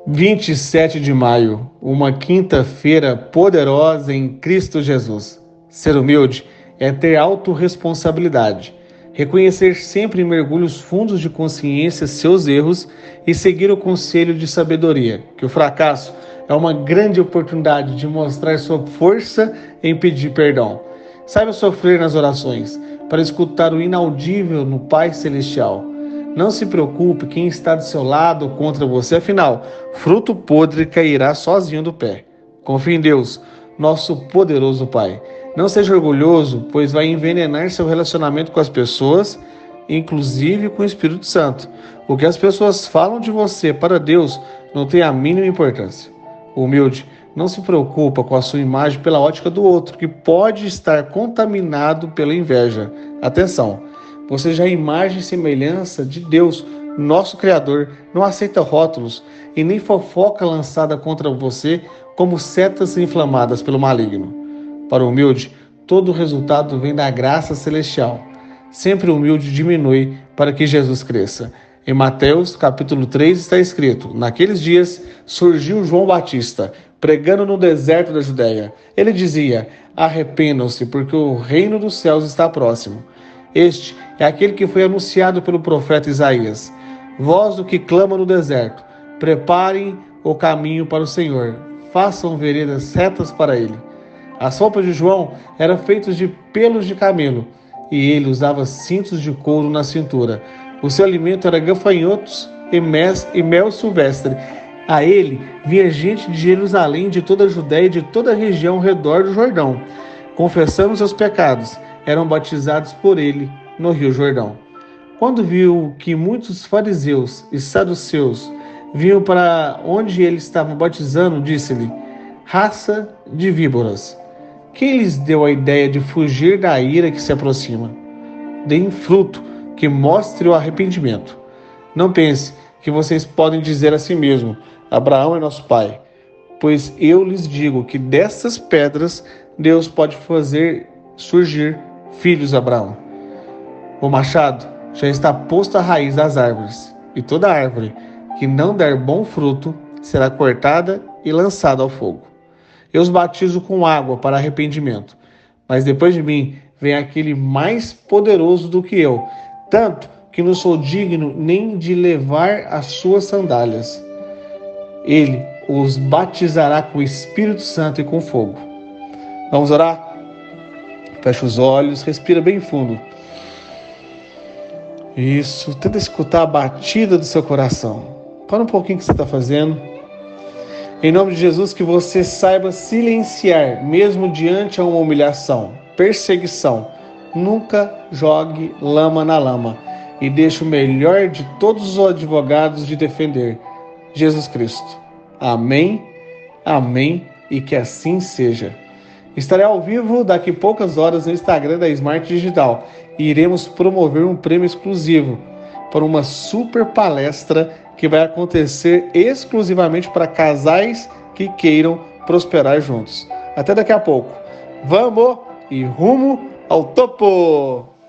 27 de maio, uma quinta-feira poderosa em Cristo Jesus. Ser humilde é ter autorresponsabilidade, reconhecer sempre em mergulhos fundos de consciência seus erros e seguir o conselho de sabedoria, que o fracasso é uma grande oportunidade de mostrar sua força em pedir perdão. Saiba sofrer nas orações, para escutar o inaudível no Pai Celestial. Não se preocupe quem está do seu lado ou contra você, afinal, fruto podre cairá sozinho do pé. Confie em Deus, nosso poderoso Pai. Não seja orgulhoso, pois vai envenenar seu relacionamento com as pessoas, inclusive com o Espírito Santo. O que as pessoas falam de você para Deus não tem a mínima importância. O humilde não se preocupa com a sua imagem pela ótica do outro, que pode estar contaminado pela inveja. Atenção! Você já é imagem e semelhança de Deus, nosso Criador, não aceita rótulos e nem fofoca lançada contra você como setas inflamadas pelo maligno. Para o humilde, todo o resultado vem da graça celestial. Sempre o humilde diminui para que Jesus cresça. Em Mateus, capítulo 3, está escrito: naqueles dias surgiu João Batista, pregando no deserto da Judéia. Ele dizia: arrependam-se, porque o reino dos céus está próximo. Este é aquele que foi anunciado pelo profeta Isaías. Voz do que clama no deserto: preparem o caminho para o Senhor, façam veredas retas para ele. As roupas de João eram feitas de pelos de camelo, e ele usava cintos de couro na cintura. O seu alimento era gafanhotos e mel silvestre. A ele vinha gente de Jerusalém, de toda a Judéia e de toda a região ao redor do Jordão, confessando seus pecados. Eram batizados por ele no Rio Jordão. Quando viu que muitos fariseus e saduceus vinham para onde ele estava batizando, disse-lhe: raça de víboras, quem lhes deu a ideia de fugir da ira que se aproxima? Deem fruto que mostre o arrependimento. Não pense que vocês podem dizer a si mesmo: Abraão é nosso pai, pois eu lhes digo que dessas pedras Deus pode fazer surgir filhos de Abraão. O machado já está posto à raiz das árvores, e toda árvore que não der bom fruto será cortada e lançada ao fogo. Eu os batizo com água para arrependimento, mas depois de mim vem aquele mais poderoso do que eu, tanto que não sou digno nem de levar as suas sandálias. Ele os batizará com o Espírito Santo e com fogo. Vamos orar? Fecha os olhos, respira bem fundo. Isso, tenta escutar a batida do seu coração. Para um pouquinho o que você está fazendo. Em nome de Jesus, que você saiba silenciar, mesmo diante a uma humilhação, perseguição. Nunca jogue lama na lama e deixe o melhor de todos os advogados de defender, Jesus Cristo. Amém, amém e que assim seja. Estarei ao vivo daqui a poucas horas no Instagram da Smart Digital e iremos promover um prêmio exclusivo para uma super palestra que vai acontecer exclusivamente para casais que queiram prosperar juntos. Até daqui a pouco. Vamos e rumo ao topo!